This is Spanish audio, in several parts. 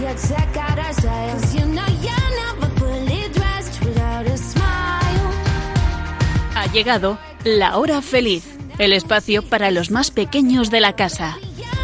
Ha llegado La Hora Feliz, el espacio para los más pequeños de la casa.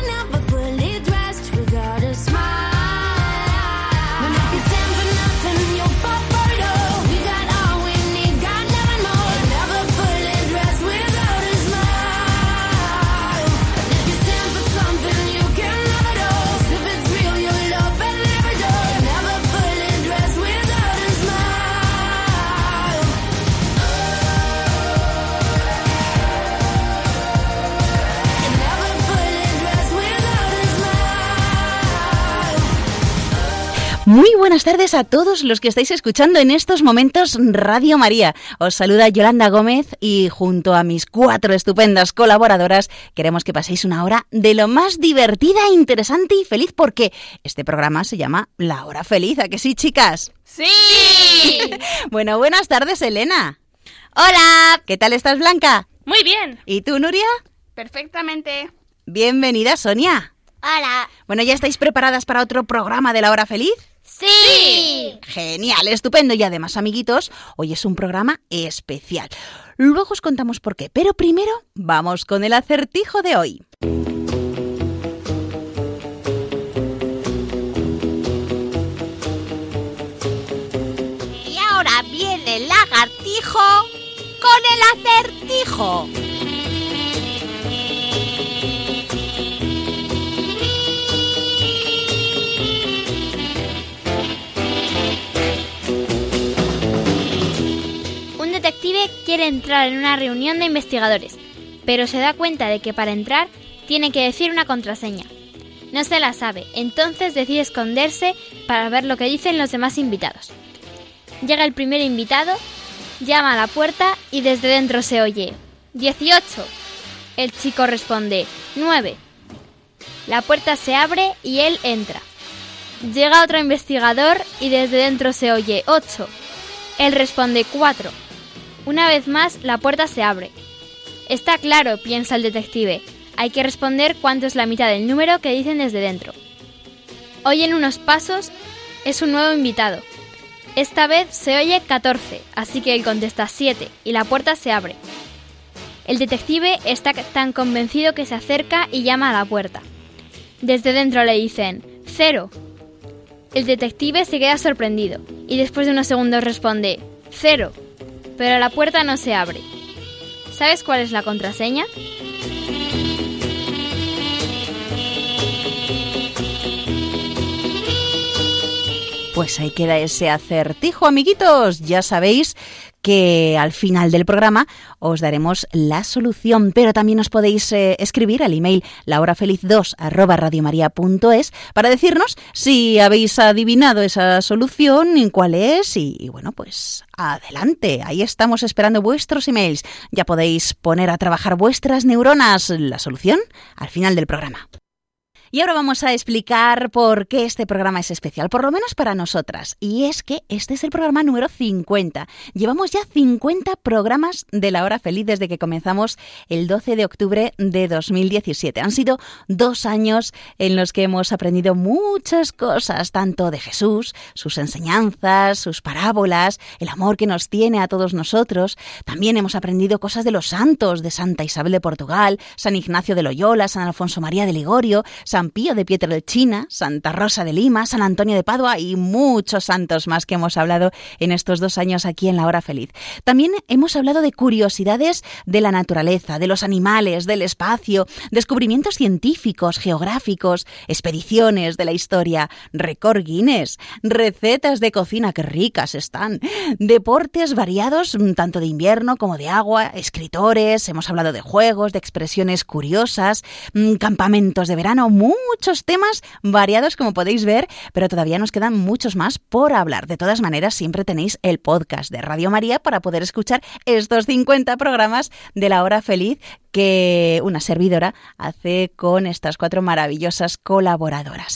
Muy buenas tardes a todos los que estáis escuchando en estos momentos Radio María. Os saluda Yolanda Gómez y junto a mis 4 estupendas colaboradoras queremos que paséis una hora de lo más divertida, interesante y feliz, porque este programa se llama La Hora Feliz. ¿A que sí, chicas? ¡Sí! Bueno, buenas tardes, Elena. ¡Hola! ¿Qué tal estás, Blanca? Muy bien. ¿Y tú, Nuria? Perfectamente. Bienvenida, Sonia. Hola. Bueno, ¿ya estáis preparadas para otro programa de La Hora Feliz? ¡Sí! Genial, estupendo. Y además, amiguitos, hoy es un programa especial. Luego os contamos por qué, pero primero vamos con el acertijo de hoy. Y ahora viene el lagartijo con el acertijo. Un detective quiere entrar en una reunión de investigadores, pero se da cuenta de que para entrar tiene que decir una contraseña. No se la sabe, entonces decide esconderse para ver lo que dicen los demás invitados. Llega el primer invitado, llama a la puerta y desde dentro se oye: 18. El chico responde: 9. La puerta se abre y él entra. Llega otro investigador y desde dentro se oye: 8. Él responde: 4. Una vez más, la puerta se abre. Está claro, piensa el detective. Hay que responder cuánto es la mitad del número que dicen desde dentro. Oyen unos pasos, es un nuevo invitado. Esta vez se oye 14, así que él contesta 7 y la puerta se abre. El detective está tan convencido que se acerca y llama a la puerta. Desde dentro le dicen 0. El detective se queda sorprendido y después de unos segundos responde 0, pero la puerta no se abre. ¿Sabes cuál es la contraseña? Pues ahí queda ese acertijo, amiguitos. Ya sabéis que al final del programa os daremos la solución, pero también os podéis escribir al email lahorafeliz2@radiomaria.es para decirnos si habéis adivinado esa solución y cuál es, y bueno, pues adelante, ahí estamos esperando vuestros emails. Ya podéis poner a trabajar vuestras neuronas. La solución al final del programa. Y ahora vamos a explicar por qué este programa es especial, por lo menos para nosotras. Y es que este es el programa número 50. Llevamos ya 50 programas de La Hora Feliz desde que comenzamos el 12 de octubre de 2017. Han sido 2 años en los que hemos aprendido muchas cosas, tanto de Jesús, sus enseñanzas, sus parábolas, el amor que nos tiene a todos nosotros. También hemos aprendido cosas de los santos, de Santa Isabel de Portugal, San Ignacio de Loyola, San Alfonso María de Ligorio, San Pío de Pietrelcina, Santa Rosa de Lima, San Antonio de Padua y muchos santos más que hemos hablado en estos 2 años aquí en La Hora Feliz. También hemos hablado de curiosidades de la naturaleza, de los animales, del espacio, descubrimientos científicos, geográficos, expediciones de la historia, récord Guinness, recetas de cocina que ricas están, deportes variados tanto de invierno como de agua, escritores, hemos hablado de juegos, de expresiones curiosas, campamentos de verano, muchos temas variados como podéis ver, pero todavía nos quedan muchos más por hablar. De todas maneras, siempre tenéis el podcast de Radio María para poder escuchar estos 50 programas de La Hora Feliz que una servidora hace con estas 4 maravillosas colaboradoras.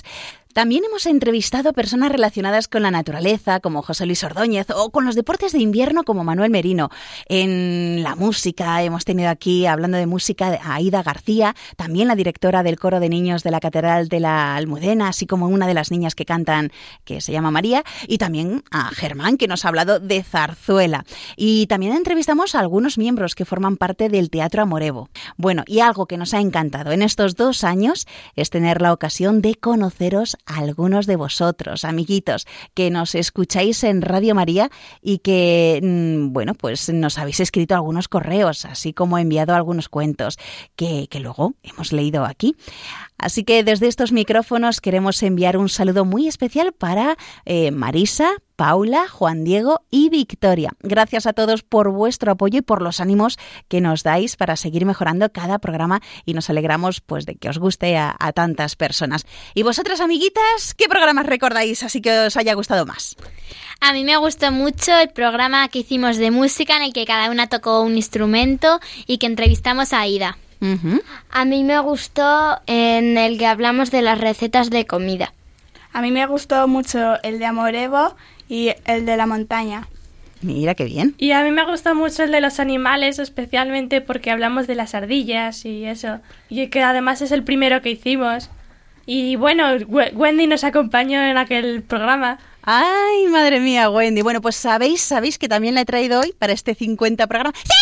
También hemos entrevistado a personas relacionadas con la naturaleza, como José Luis Ordóñez, o con los deportes de invierno, como Manuel Merino. En la música hemos tenido aquí, hablando de música, a Aida García, también la directora del coro de niños de la Catedral de la Almudena, así como una de las niñas que cantan, que se llama María, y también a Germán, que nos ha hablado de zarzuela. Y también entrevistamos a algunos miembros que forman parte del Teatro Amorevo. Bueno, y algo que nos ha encantado en estos 2 años es tener la ocasión de conoceros a algunos de vosotros, amiguitos, que nos escucháis en Radio María y que, bueno, pues nos habéis escrito algunos correos, así como enviado algunos cuentos que luego hemos leído aquí. Así que desde estos micrófonos queremos enviar un saludo muy especial para Marisa, Paula, Juan Diego y Victoria. Gracias a todos por vuestro apoyo y por los ánimos que nos dais para seguir mejorando cada programa, y nos alegramos pues de que os guste a tantas personas. ¿Y vosotras, amiguitas, qué programas recordáis así que os haya gustado más? A mí me gustó mucho el programa que hicimos de música, en el que cada una tocó un instrumento y que entrevistamos a Aida. Uh-huh. A mí me gustó en el que hablamos de las recetas de comida. A mí me gustó mucho el de Amorevo y el de la montaña. Mira, qué bien. Y a mí me gustó mucho el de los animales, especialmente porque hablamos de las ardillas y eso. Y que además es el primero que hicimos. Y bueno, Wendy nos acompañó en aquel programa. Ay, madre mía, Wendy. Bueno, pues sabéis que también la he traído hoy para este 50 programa. ¡Sí!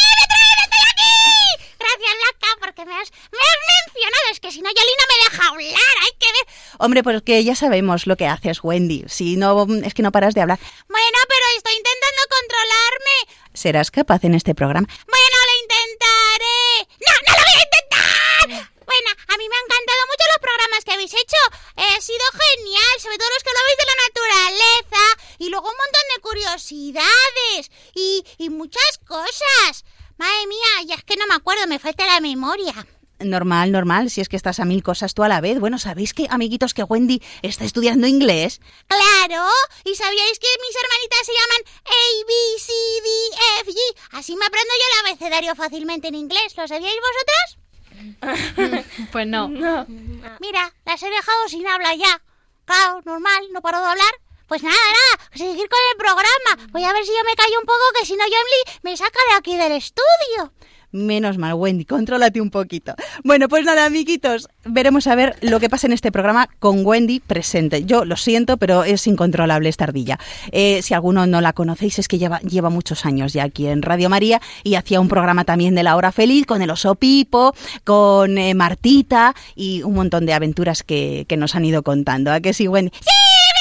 Porque me has mencionado, es que si no, Yoli no me deja hablar, hay que ver. Hombre, pues que ya sabemos lo que haces, Wendy. Si no, es que no paras de hablar. Bueno, pero estoy intentando controlarme. ¿Serás capaz en este programa? Bueno, lo intentaré. ¡No lo voy a intentar! Bueno, a mí me han encantado mucho los programas que habéis hecho. Ha sido genial, sobre todo los que hablabais de la naturaleza. Y luego un montón de curiosidades y muchas cosas. Madre mía, ya es que no me acuerdo, me falta la memoria. Normal, si es que estás a 1000 cosas tú a la vez. Bueno, ¿sabéis que, amiguitos, que Wendy está estudiando inglés? ¡Claro! ¿Y sabíais que mis hermanitas se llaman A, B, C, D, F, G? Así me aprendo yo el abecedario fácilmente en inglés. ¿Lo sabíais vosotros? Pues no. Mira, las he dejado sin habla ya. Claro, normal, no paro de hablar. Pues nada, seguir con el programa. Voy a ver si yo me callo un poco, que si no, Yomli me saca de aquí del estudio. Menos mal, Wendy, contrólate un poquito. Bueno, pues nada, amiguitos, veremos a ver lo que pasa en este programa con Wendy presente. Yo lo siento, pero es incontrolable esta ardilla. Si alguno no la conocéis, es que lleva muchos años ya aquí en Radio María, y hacía un programa también de La Hora Feliz con el oso Pipo, con Martita y un montón de aventuras que nos han ido contando. ¿A que sí, Wendy? ¡Sí!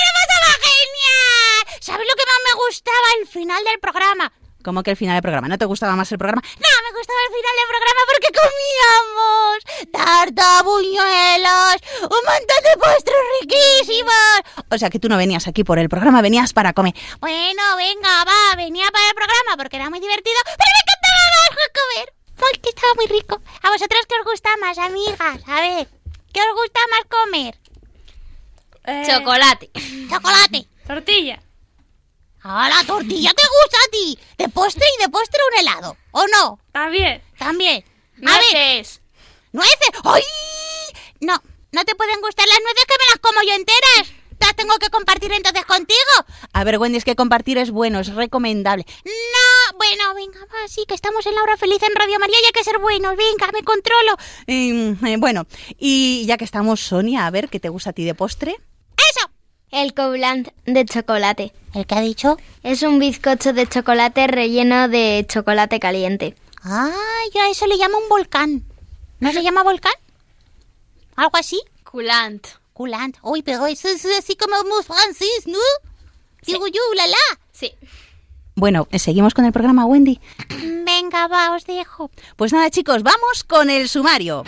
¿Sabes lo que más me gustaba? El final del programa. ¿Cómo que el final del programa? ¿No te gustaba más el programa? No, me gustaba el final del programa porque comíamos tarta, buñuelos, un montón de postres riquísimos. O sea que tú no venías aquí por el programa, venías para comer. Bueno, venga, venía para el programa porque era muy divertido, pero me encantaba más comer porque estaba muy rico. ¿A vosotros qué os gusta más, amigas? A ver, ¿qué os gusta más comer? Chocolate. Tortilla. ¡Ah, la tortilla te gusta a ti! De postre un helado, ¿o no? También. A ver. Nueces. ¿Nueces? ¡Ay! No te pueden gustar las nueces, que me las como yo enteras. ¿Las tengo que compartir entonces contigo? A ver, Wendy, es que compartir es bueno, es recomendable. No, bueno, venga, va, sí, que estamos en La Hora Feliz en Radio María y hay que ser buenos. Venga, me controlo. Bueno, y ya que estamos, Sonia, a ver, ¿qué te gusta a ti de postre? ¡Eso! El coulant de chocolate. ¿El que ha dicho? Es un bizcocho de chocolate relleno de chocolate caliente. Ah, yo a eso le llamo un volcán. ¿No se llama volcán? ¿Algo así? Coulant. Coulant. Uy, pero eso es así como muy francés, ¿no? Sí. Digo yo, la. Sí. Bueno, ¿seguimos con el programa, Wendy? Venga, va, os dejo. Pues nada, chicos, vamos con el sumario.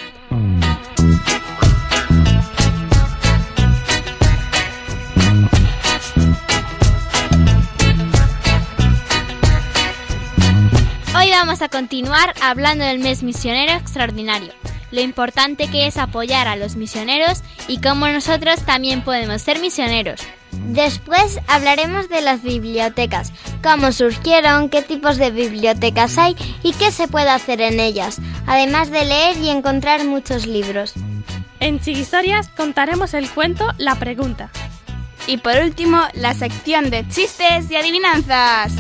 Hoy vamos a continuar hablando del mes misionero extraordinario, lo importante que es apoyar a los misioneros y cómo nosotros también podemos ser misioneros. Después hablaremos de las bibliotecas, cómo surgieron, qué tipos de bibliotecas hay y qué se puede hacer en ellas, además de leer y encontrar muchos libros. En Chiquistorias contaremos el cuento La Pregunta. Y por último, la sección de chistes y adivinanzas.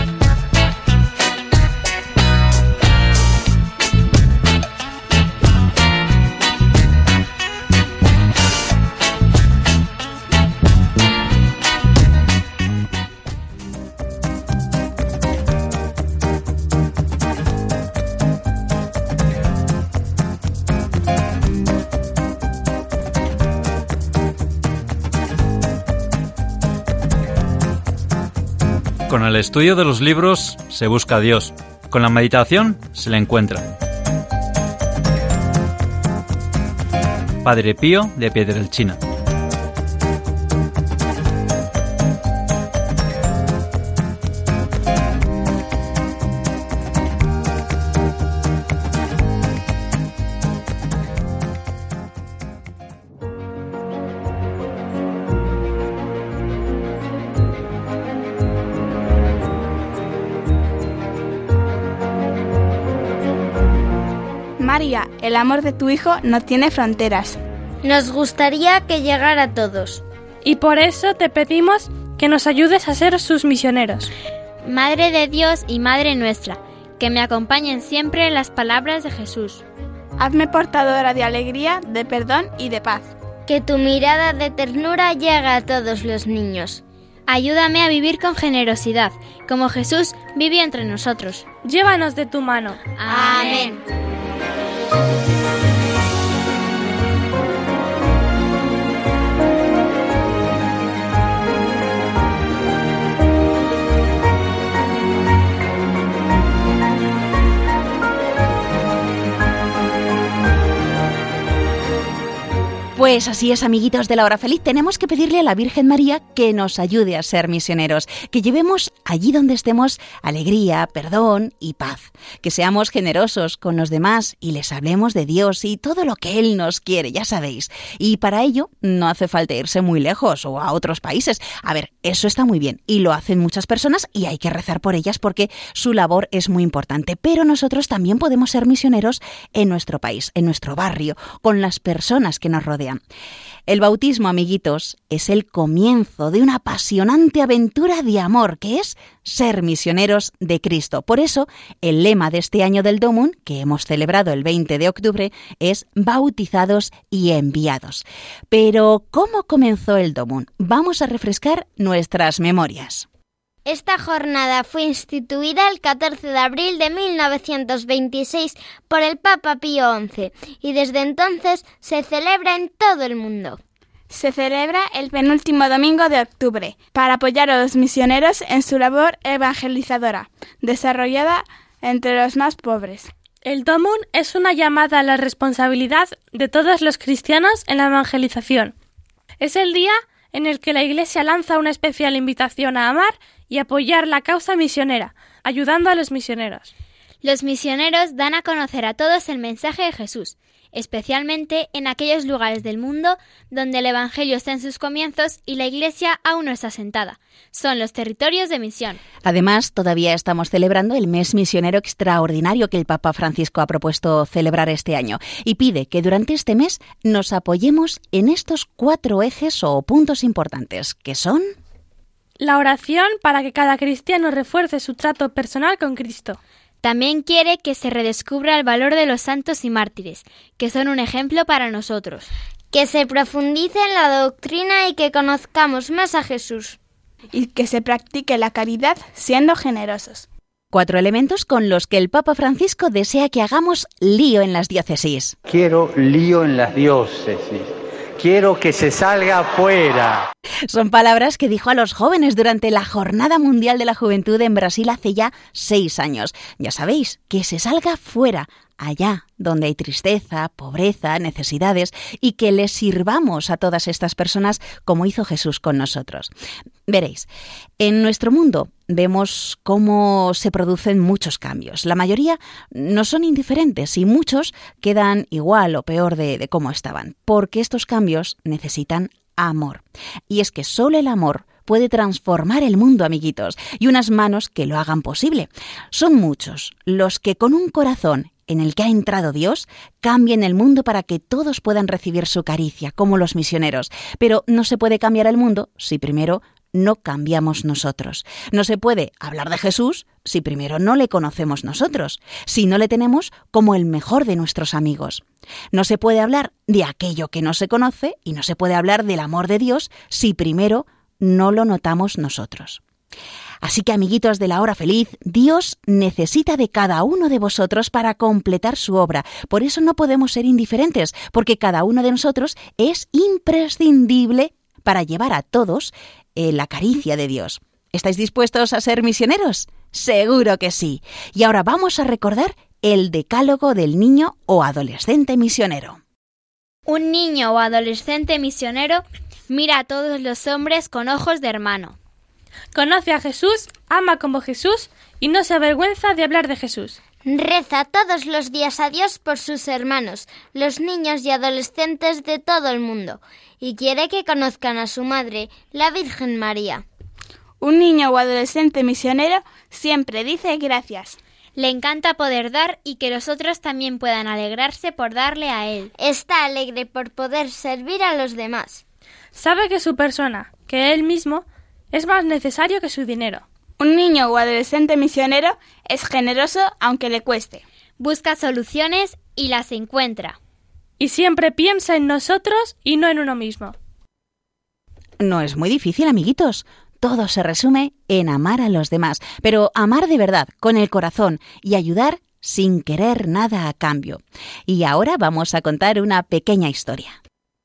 Con el estudio de los libros se busca a Dios. Con la meditación se le encuentra. Padre Pío de Pietrelcina. María, el amor de tu Hijo no tiene fronteras. Nos gustaría que llegara a todos. Y por eso te pedimos que nos ayudes a ser sus misioneros. Madre de Dios y Madre nuestra, que me acompañen siempre en las palabras de Jesús. Hazme portadora de alegría, de perdón y de paz. Que tu mirada de ternura llegue a todos los niños. Ayúdame a vivir con generosidad, como Jesús vivió entre nosotros. Llévanos de tu mano. Amén. Pues así es, amiguitos de la Hora Feliz, tenemos que pedirle a la Virgen María que nos ayude a ser misioneros, que llevemos allí donde estemos alegría, perdón y paz, que seamos generosos con los demás y les hablemos de Dios y todo lo que Él nos quiere, ya sabéis. Y para ello no hace falta irse muy lejos o a otros países. A ver, eso está muy bien y lo hacen muchas personas y hay que rezar por ellas porque su labor es muy importante, pero nosotros también podemos ser misioneros en nuestro país, en nuestro barrio, con las personas que nos rodean. El bautismo, amiguitos, es el comienzo de una apasionante aventura de amor, que es ser misioneros de Cristo. Por eso, el lema de este año del Domum, que hemos celebrado el 20 de octubre, es bautizados y enviados. Pero, ¿cómo comenzó el Domum? Vamos a refrescar nuestras memorias. Esta jornada fue instituida el 14 de abril de 1926 por el Papa Pío XI y desde entonces se celebra en todo el mundo. Se celebra el penúltimo domingo de octubre para apoyar a los misioneros en su labor evangelizadora, desarrollada entre los más pobres. El Domum es una llamada a la responsabilidad de todos los cristianos en la evangelización. Es el día en el que la Iglesia lanza una especial invitación a amar y apoyar la causa misionera, ayudando a los misioneros. Los misioneros dan a conocer a todos el mensaje de Jesús, especialmente en aquellos lugares del mundo donde el Evangelio está en sus comienzos y la Iglesia aún no está asentada. Son los territorios de misión. Además, todavía estamos celebrando el mes misionero extraordinario que el Papa Francisco ha propuesto celebrar este año y pide que durante este mes nos apoyemos en estos 4 ejes o puntos importantes, que son... La oración para que cada cristiano refuerce su trato personal con Cristo. También quiere que se redescubra el valor de los santos y mártires, que son un ejemplo para nosotros. Que se profundice en la doctrina y que conozcamos más a Jesús. Y que se practique la caridad siendo generosos. 4 elementos con los que el Papa Francisco desea que hagamos lío en las diócesis. Quiero lío en las diócesis. Quiero que se salga afuera. Son palabras que dijo a los jóvenes durante la Jornada Mundial de la Juventud en Brasil hace ya 6 años. Ya sabéis, que se salga fuera, allá donde hay tristeza, pobreza, necesidades, y que les sirvamos a todas estas personas como hizo Jesús con nosotros. Veréis, en nuestro mundo vemos cómo se producen muchos cambios. La mayoría no son indiferentes y muchos quedan igual o peor de cómo estaban, porque estos cambios necesitan amor. Y es que solo el amor puede transformar el mundo, amiguitos, y unas manos que lo hagan posible. Son muchos los que con un corazón en el que ha entrado Dios cambien el mundo para que todos puedan recibir su caricia, como los misioneros. Pero no se puede cambiar el mundo si primero no cambiamos nosotros. No se puede hablar de Jesús si primero no le conocemos nosotros, si no le tenemos como el mejor de nuestros amigos. No se puede hablar de aquello que no se conoce y no se puede hablar del amor de Dios si primero no lo notamos nosotros. Así que, amiguitos de la Hora Feliz, Dios necesita de cada uno de vosotros para completar su obra. Por eso no podemos ser indiferentes, porque cada uno de nosotros es imprescindible para llevar a todos la caricia de Dios. ¿Estáis dispuestos a ser misioneros? Seguro que sí. Y ahora vamos a recordar el decálogo del niño o adolescente misionero. Un niño o adolescente misionero mira a todos los hombres con ojos de hermano. Conoce a Jesús, ama como Jesús y no se avergüenza de hablar de Jesús. Reza todos los días a Dios por sus hermanos, los niños y adolescentes de todo el mundo, y quiere que conozcan a su madre, la Virgen María. Un niño o adolescente misionero siempre dice gracias. Le encanta poder dar y que los otros también puedan alegrarse por darle a él. Está alegre por poder servir a los demás. Sabe que su persona, que él mismo, es más necesario que su dinero. Un niño o adolescente misionero es generoso aunque le cueste. Busca soluciones y las encuentra. Y siempre piensa en nosotros y no en uno mismo. No es muy difícil, amiguitos. Todo se resume en amar a los demás, pero amar de verdad, con el corazón, y ayudar sin querer nada a cambio. Y ahora vamos a contar una pequeña historia.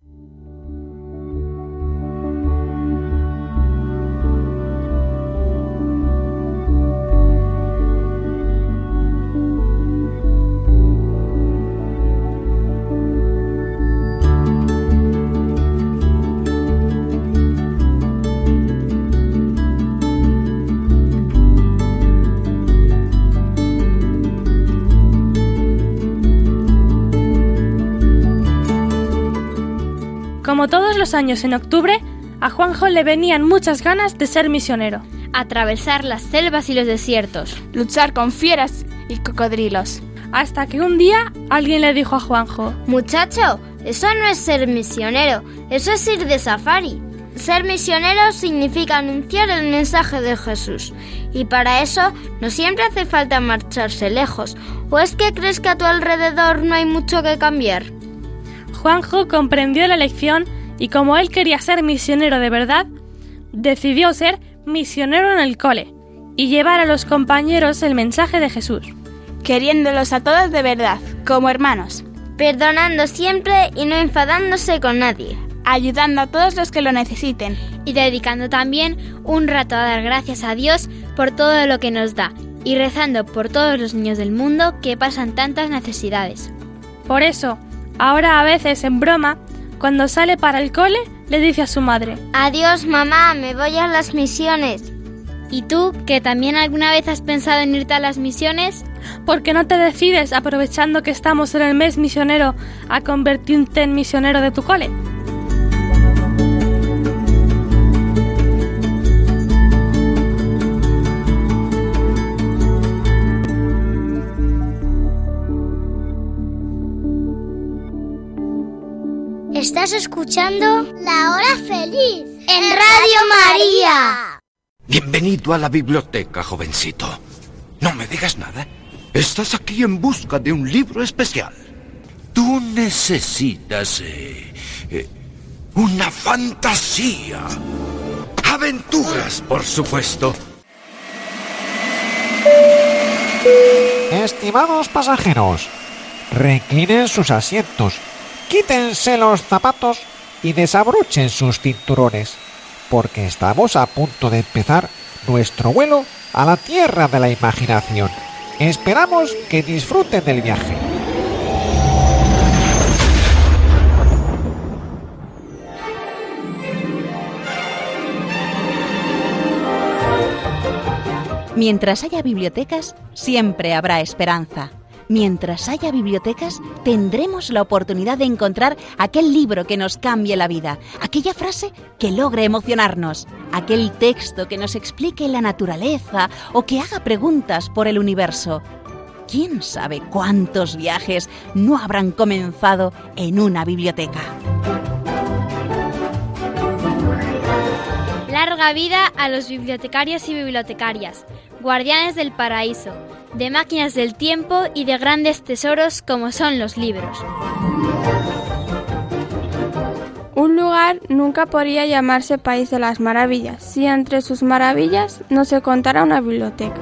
Como todos los años en octubre, a Juanjo le venían muchas ganas de ser misionero. Atravesar las selvas y los desiertos. Luchar con fieras y cocodrilos. Hasta que un día alguien le dijo a Juanjo: Muchacho, eso no es ser misionero, eso es ir de safari. Ser misionero significa anunciar el mensaje de Jesús. Y para eso no siempre hace falta marcharse lejos. ¿O es que crees que a tu alrededor no hay mucho que cambiar? Juanjo comprendió la lección y como él quería ser misionero de verdad, decidió ser misionero en el cole y llevar a los compañeros el mensaje de Jesús. Queriéndolos a todos de verdad, como hermanos. Perdonando siempre y no enfadándose con nadie. Ayudando a todos los que lo necesiten. Y dedicando también un rato a dar gracias a Dios por todo lo que nos da y rezando por todos los niños del mundo que pasan tantas necesidades. Por eso, ahora a veces en broma, cuando sale para el cole, le dice a su madre: Adiós, mamá, me voy a las misiones. ¿Y tú, que también alguna vez has pensado en irte a las misiones? ¿Por qué no te decides, aprovechando que estamos en el mes misionero, a convertirte en misionero de tu cole? Estás escuchando La Hora Feliz en Radio María. Bienvenido a la biblioteca, jovencito. No me digas nada. Estás aquí en busca de un libro especial. Tú necesitas una fantasía. Aventuras, por supuesto. Estimados pasajeros, reclinen sus asientos, quítense los zapatos y desabrochen sus cinturones, porque estamos a punto de empezar nuestro vuelo a la tierra de la imaginación. Esperamos que disfruten del viaje. Mientras haya bibliotecas, siempre habrá esperanza. Mientras haya bibliotecas, tendremos la oportunidad de encontrar aquel libro que nos cambie la vida, aquella frase que logre emocionarnos, aquel texto que nos explique la naturaleza o que haga preguntas por el universo. ¿Quién sabe cuántos viajes no habrán comenzado en una biblioteca? Larga vida a los bibliotecarios y bibliotecarias, guardianes del paraíso, de máquinas del tiempo y de grandes tesoros como son los libros. Un lugar nunca podría llamarse País de las Maravillas si entre sus maravillas no se contara una biblioteca.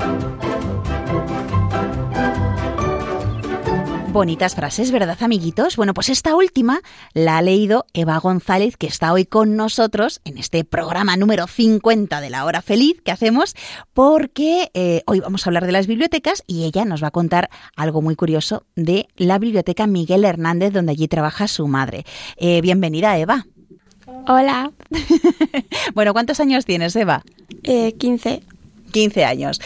Bonitas frases, ¿verdad, amiguitos? Bueno, pues esta última la ha leído Eva González, que está hoy con nosotros en este programa número 50 de La Hora Feliz que hacemos, porque hoy vamos a hablar de las bibliotecas y ella nos va a contar algo muy curioso de la Biblioteca Miguel Hernández, donde allí trabaja su madre. Bienvenida, Eva. Hola. Bueno, ¿cuántos años tienes, Eva? 15. 15 años.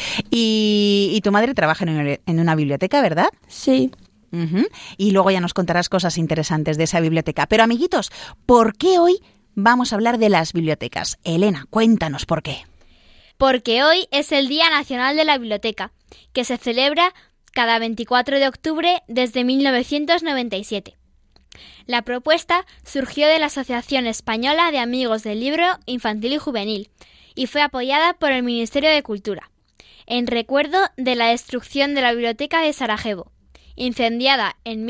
Y tu madre trabaja en una biblioteca, ¿verdad? Sí. Uh-huh. Y luego ya nos contarás cosas interesantes de esa biblioteca. Pero, amiguitos, ¿por qué hoy vamos a hablar de las bibliotecas? Elena, cuéntanos por qué. Porque hoy es el Día Nacional de la Biblioteca, que se celebra cada 24 de octubre desde 1997. La propuesta surgió de la Asociación Española de Amigos del Libro Infantil y Juvenil y fue apoyada por el Ministerio de Cultura, en recuerdo de la destrucción de la Biblioteca de Sarajevo, incendiada en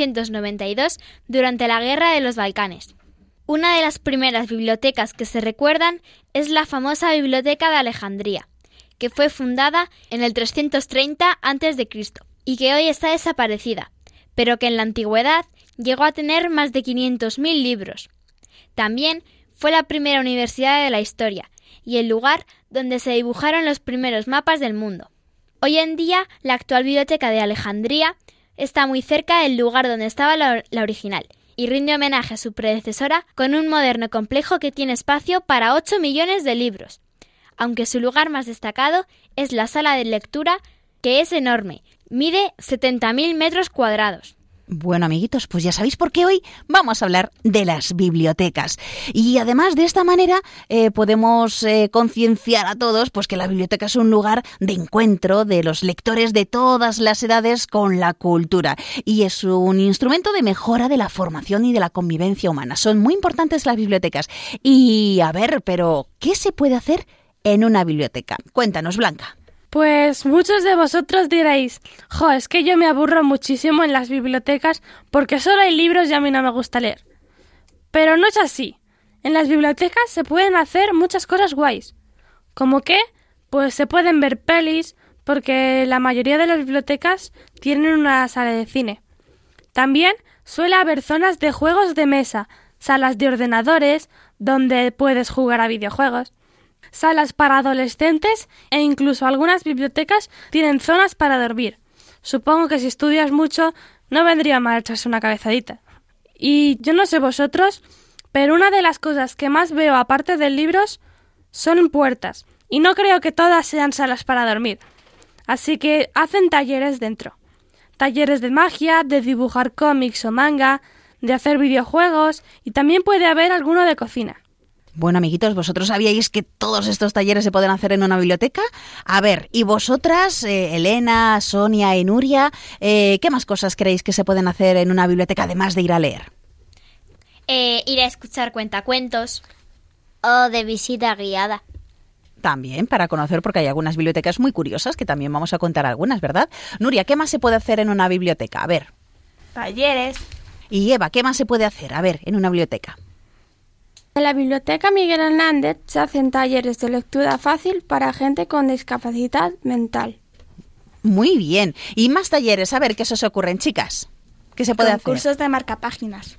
1992 durante la Guerra de los Balcanes. Una de las primeras bibliotecas que se recuerdan es la famosa Biblioteca de Alejandría, que fue fundada en el 330 a.C. y que hoy está desaparecida, pero que en la antigüedad llegó a tener más de 500.000 libros. También fue la primera universidad de la historia y el lugar donde se dibujaron los primeros mapas del mundo. Hoy en día, la actual Biblioteca de Alejandría está muy cerca del lugar donde estaba la original y rinde homenaje a su predecesora con un moderno complejo que tiene espacio para 8 millones de libros, aunque su lugar más destacado es la sala de lectura, que es enorme, mide 70.000 metros cuadrados. Bueno, amiguitos, pues ya sabéis por qué hoy vamos a hablar de las bibliotecas. Y además de esta manera podemos concienciar a todos pues que la biblioteca es un lugar de encuentro de los lectores de todas las edades con la cultura. Y es un instrumento de mejora de la formación y de la convivencia humana. Son muy importantes las bibliotecas. Y a ver, pero ¿qué se puede hacer en una biblioteca? Cuéntanos, Blanca. Pues muchos de vosotros diréis, es que yo me aburro muchísimo en las bibliotecas porque solo hay libros y a mí no me gusta leer. Pero no es así. En las bibliotecas se pueden hacer muchas cosas guays. ¿Cómo qué? Pues se pueden ver pelis, porque la mayoría de las bibliotecas tienen una sala de cine. También suele haber zonas de juegos de mesa, salas de ordenadores, donde puedes jugar a videojuegos, salas para adolescentes e incluso algunas bibliotecas tienen zonas para dormir. Supongo que si estudias mucho no vendría mal echarse una cabezadita. Y yo no sé vosotros, pero una de las cosas que más veo aparte de libros son puertas. Y no creo que todas sean salas para dormir. Así que hacen talleres dentro. Talleres de magia, de dibujar cómics o manga, de hacer videojuegos y también puede haber alguno de cocina. Bueno, amiguitos, ¿vosotros sabíais que todos estos talleres se pueden hacer en una biblioteca? A ver, ¿y vosotras, Elena, Sonia y Nuria, qué más cosas creéis que se pueden hacer en una biblioteca además de ir a leer? Ir a escuchar cuentacuentos. O de visita guiada. También para conocer, porque hay algunas bibliotecas muy curiosas que también vamos a contar algunas, ¿verdad? Nuria, ¿qué más se puede hacer en una biblioteca? A ver. Talleres. Y Eva, ¿qué más se puede hacer? A ver, en una biblioteca. En la Biblioteca Miguel Hernández se hacen talleres de lectura fácil para gente con discapacidad mental. Muy bien. Y más talleres. A ver, ¿qué se os ocurren, chicas? ¿Qué se puede hacer? Concursos de marcapáginas.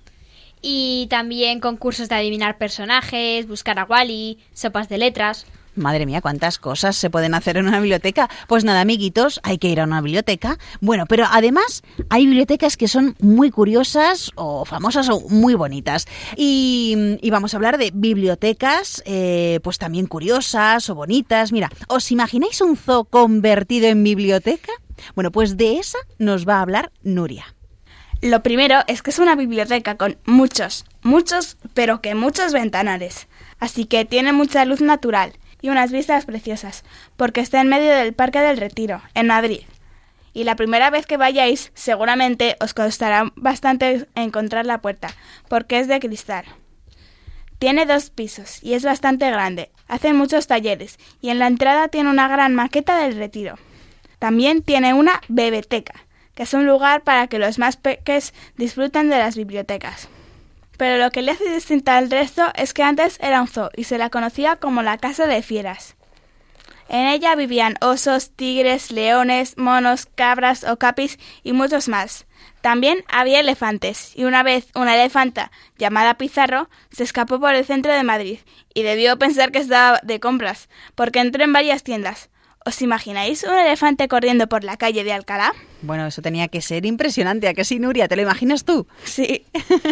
Y también concursos de adivinar personajes, buscar a Wally, sopas de letras. Madre mía, cuántas cosas se pueden hacer en una biblioteca. Pues nada, amiguitos, hay que ir a una biblioteca. Bueno, pero además hay bibliotecas que son muy curiosas o famosas o muy bonitas. Y vamos a hablar de bibliotecas pues también curiosas o bonitas. Mira, ¿os imagináis un zoo convertido en biblioteca? Bueno, pues de esa nos va a hablar Nuria. Lo primero es que es una biblioteca con muchos, pero que muchos ventanales. Así que tiene mucha luz natural y unas vistas preciosas, porque está en medio del Parque del Retiro, en Madrid. y la primera vez que vayáis seguramente os costará bastante encontrar la puerta, porque es de cristal. Tiene 2 pisos y es bastante grande. Hacen muchos talleres y en la entrada tiene una gran maqueta del Retiro. También tiene una biblioteca, que es un lugar para que los más pequeños disfruten de las bibliotecas. Pero lo que le hace distinta al resto es que antes era un zoo y se la conocía como la Casa de Fieras. En ella vivían osos, tigres, leones, monos, cabras, okapis y muchos más. También había elefantes, y una vez una elefanta llamada Pizarro se escapó por el centro de Madrid y debió pensar que estaba de compras, porque entró en varias tiendas. ¿Os imagináis un elefante corriendo por la calle de Alcalá? Bueno, eso tenía que ser impresionante, ¿a que sí, Nuria? ¿Te lo imaginas tú? Sí.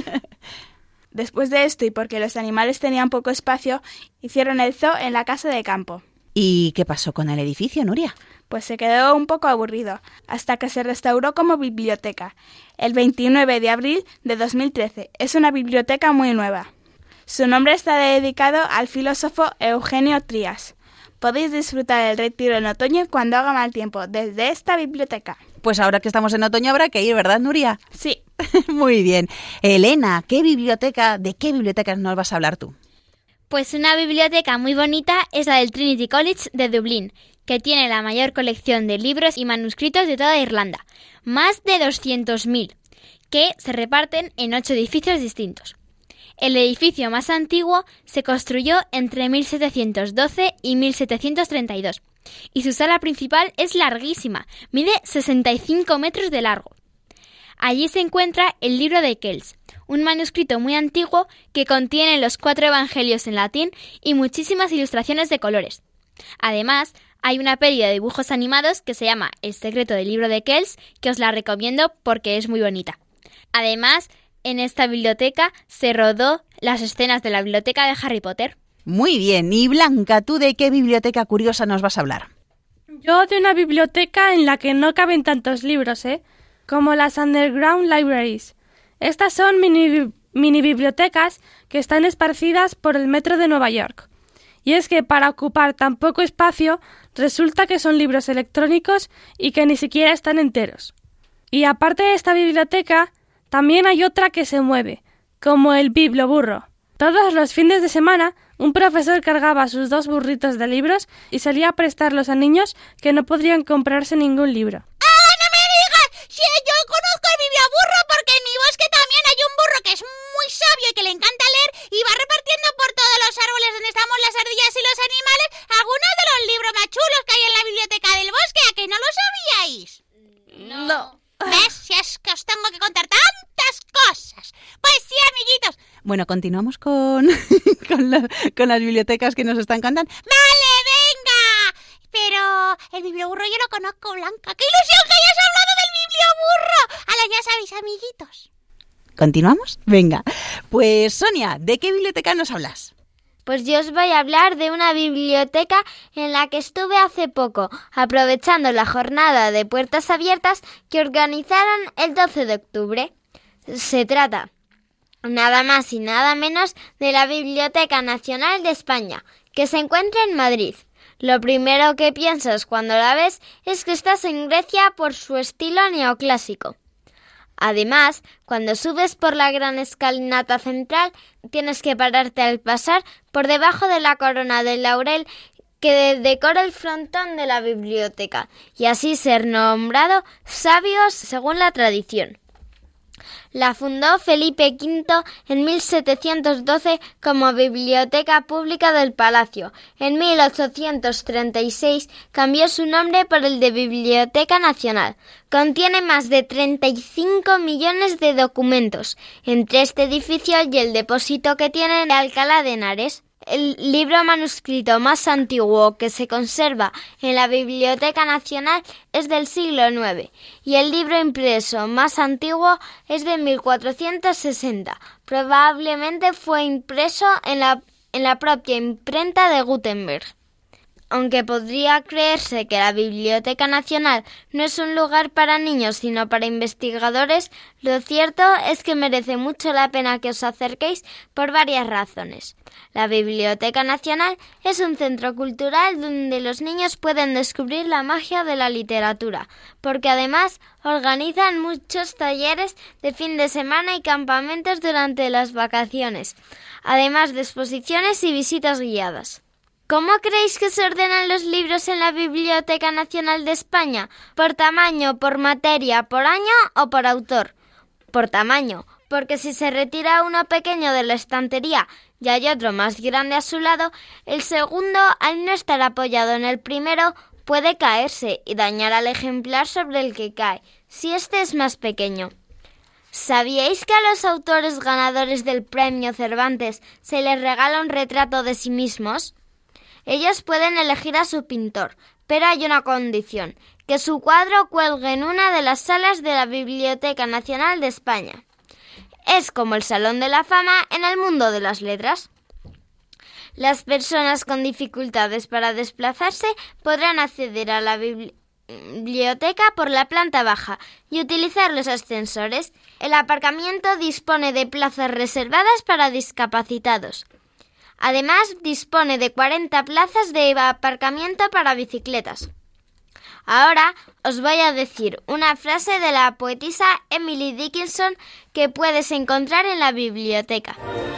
Después de esto, y porque los animales tenían poco espacio, hicieron el zoo en la casa de campo. ¿Y qué pasó con el edificio, Nuria? Pues se quedó un poco aburrido, hasta que se restauró como biblioteca, el 29 de abril de 2013. Es una biblioteca muy nueva. Su nombre está dedicado al filósofo Eugenio Trías. Podéis disfrutar del Retiro en otoño cuando haga mal tiempo, desde esta biblioteca. Pues ahora que estamos en otoño habrá que ir, ¿verdad, Nuria? Sí. Muy bien. Elena, ¿de qué bibliotecas nos vas a hablar tú? Pues una biblioteca muy bonita es la del Trinity College de Dublín, que tiene la mayor colección de libros y manuscritos de toda Irlanda, más de 200.000, que se reparten en 8 edificios distintos. El edificio más antiguo se construyó entre 1712 y 1732, y su sala principal es larguísima, mide 65 metros de largo. Allí se encuentra el libro de Kells, un manuscrito muy antiguo que contiene los 4 evangelios en latín y muchísimas ilustraciones de colores. Además, hay una peli de dibujos animados que se llama El secreto del libro de Kells, que os la recomiendo porque es muy bonita. Además, en esta biblioteca se rodó las escenas de la biblioteca de Harry Potter. Muy bien. Y Blanca, ¿tú de qué biblioteca curiosa nos vas a hablar? Yo de una biblioteca en la que no caben tantos libros, como las Underground Libraries. Estas son mini bibliotecas que están esparcidas por el metro de Nueva York. Y es que para ocupar tan poco espacio, resulta que son libros electrónicos y que ni siquiera están enteros. Y aparte de esta biblioteca, también hay otra que se mueve, como el Biblioburro. Todos los fines de semana, un profesor cargaba sus 2 burritos de libros y salía a prestarlos a niños que no podrían comprarse ningún libro. ¡Ah, no me digas! Sí, yo conozco el Biblioburro porque en mi bosque también hay un burro que es muy sabio y que le encanta leer y va repartiendo por todos los árboles donde estamos las ardillas y los animales algunos de los libros más chulos que hay en la biblioteca del bosque. ¿A que no lo sabíais? No. ¿Ves? Si es que os tengo que contar tantas cosas. Pues sí, amiguitos. Bueno, continuamos con las bibliotecas que nos están contando. ¡Vale, venga! Pero el Biblioburro yo lo conozco, Blanca. ¡Qué ilusión que hayas hablado del Biblioburro! Ahora ya sabéis, amiguitos. ¿Continuamos? Venga. Pues Sonia, ¿de qué biblioteca nos hablas? Pues yo os voy a hablar de una biblioteca en la que estuve hace poco, aprovechando la jornada de puertas abiertas que organizaron el 12 de octubre. Se trata nada más y nada menos de la Biblioteca Nacional de España, que se encuentra en Madrid. Lo primero que piensas cuando la ves es que estás en Grecia por su estilo neoclásico. Además, cuando subes por la gran escalinata central, tienes que pararte al pasar por debajo de la corona de laurel que decora el frontón de la biblioteca, y así ser nombrado sabios según la tradición. La fundó Felipe V en 1712 como Biblioteca Pública del Palacio. En 1836 cambió su nombre por el de Biblioteca Nacional. Contiene más de 35 millones de documentos, entre este edificio y el depósito que tiene en Alcalá de Henares. El libro manuscrito más antiguo que se conserva en la Biblioteca Nacional es del siglo IX y el libro impreso más antiguo es de 1460. Probablemente fue impreso en la propia imprenta de Gutenberg. Aunque podría creerse que la Biblioteca Nacional no es un lugar para niños sino para investigadores, lo cierto es que merece mucho la pena que os acerquéis por varias razones. La Biblioteca Nacional es un centro cultural donde los niños pueden descubrir la magia de la literatura, porque además organizan muchos talleres de fin de semana y campamentos durante las vacaciones, además de exposiciones y visitas guiadas. ¿Cómo creéis que se ordenan los libros en la Biblioteca Nacional de España? ¿Por tamaño, por materia, por año o por autor? Por tamaño, porque si se retira uno pequeño de la estantería y hay otro más grande a su lado, el segundo, al no estar apoyado en el primero, puede caerse y dañar al ejemplar sobre el que cae, si este es más pequeño. ¿Sabíais que a los autores ganadores del Premio Cervantes se les regala un retrato de sí mismos? Ellos pueden elegir a su pintor, pero hay una condición, que su cuadro cuelgue en una de las salas de la Biblioteca Nacional de España. Es como el Salón de la Fama en el mundo de las letras. Las personas con dificultades para desplazarse podrán acceder a la biblioteca por la planta baja y utilizar los ascensores. El aparcamiento dispone de plazas reservadas para discapacitados. Además, dispone de 40 plazas de aparcamiento para bicicletas. Ahora os voy a decir una frase de la poetisa Emily Dickinson que puedes encontrar en la biblioteca.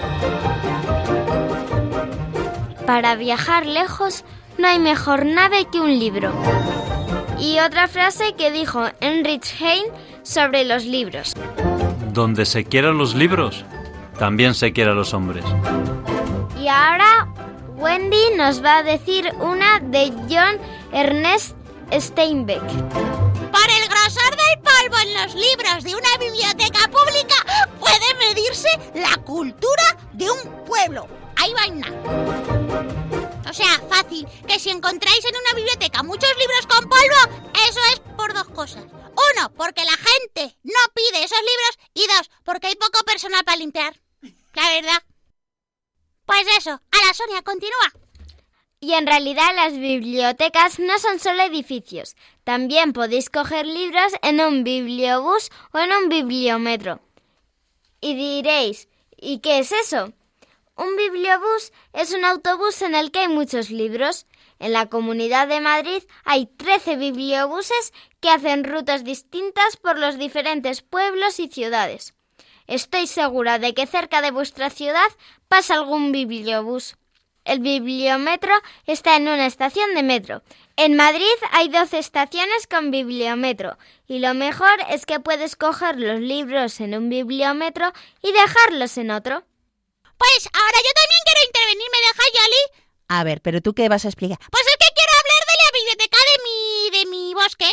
Para viajar lejos no hay mejor nave que un libro. Y otra frase que dijo Heinrich Heine sobre los libros. Donde se quieran los libros, también se quieran los hombres. Y ahora Wendy nos va a decir una de John Ernest Steinbeck. Por el grosor del polvo en los libros de una biblioteca pública puede medirse la cultura de un pueblo. Ahí vaina. O sea, fácil, que si encontráis en una biblioteca muchos libros con polvo, eso es por dos cosas. Uno, porque la gente no pide esos libros, y dos, porque hay poco personal para limpiar. La verdad. Pues eso, a la Sonia, continúa. Y en realidad las bibliotecas no son solo edificios. También podéis coger libros en un bibliobús o en un bibliometro. Y diréis, ¿y qué es eso? Un bibliobús es un autobús en el que hay muchos libros. En la Comunidad de Madrid hay 13 bibliobuses que hacen rutas distintas por los diferentes pueblos y ciudades. Estoy segura de que cerca de vuestra ciudad pasa algún bibliobús. El bibliometro está en una estación de metro. En Madrid hay 12 estaciones con bibliometro y lo mejor es que puedes coger los libros en un bibliometro y dejarlos en otro. Pues ahora yo también quiero intervenir, ¿me dejas, Yoli? A ver, ¿pero tú qué vas a explicar? Pues es que quiero hablar de la biblioteca de mi bosque.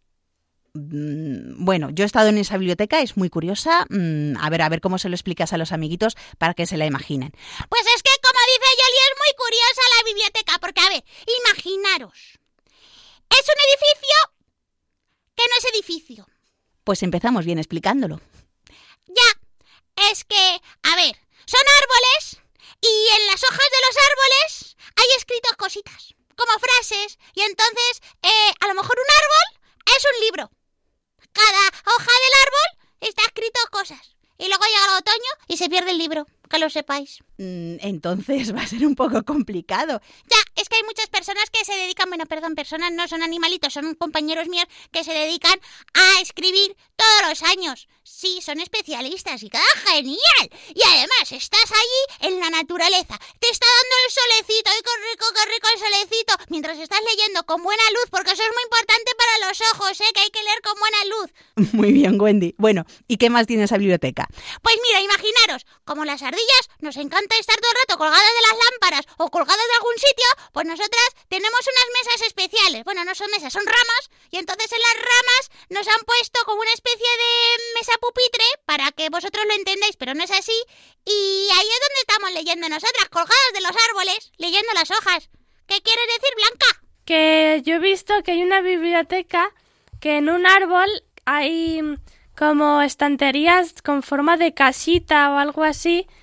Bueno, yo he estado en esa biblioteca, es muy curiosa. A ver cómo se lo explicas a los amiguitos para que se la imaginen. Pues es que, como dice Yoli, es muy curiosa la biblioteca, porque, a ver, imaginaros. Es un edificio que no es edificio. Pues empezamos bien explicándolo. Ya, es que, a ver, son árboles y en las hojas de los árboles hay escritos cositas, como frases, y entonces, a lo mejor un árbol es un libro. Cada hoja del árbol está escrito cosas. Y luego llega el otoño y se pierde el libro, que lo sepáis. Entonces va a ser un poco complicado. Ya, es que hay muchas personas que se dedican, personas no son animalitos, son compañeros míos que se dedican a escribir todos los años. Sí, son especialistas y queda genial. Y además estás allí en la naturaleza, te está dando el solecito, ¡ay, qué rico el solecito! Mientras estás leyendo con buena luz, porque eso es muy importante para los ojos, que hay que leer con buena luz. Muy bien, Wendy. Bueno, ¿y qué más tiene esa biblioteca? Pues mira, imaginaros, como las ardillas nos encanta estar todo el rato colgadas de las lámparas o colgadas de algún sitio, pues nosotras tenemos unas mesas especiales. Bueno, no son mesas, son ramas, y entonces en las ramas nos han puesto como una especie de mesa pupitre para que vosotros lo entendáis, pero no es así. Y ahí es donde estamos leyendo nosotras, colgadas de los árboles, leyendo las hojas. ¿Qué quieres decir, Blanca? Que yo he visto que hay una biblioteca que en un árbol hay como estanterías con forma de casita o algo así,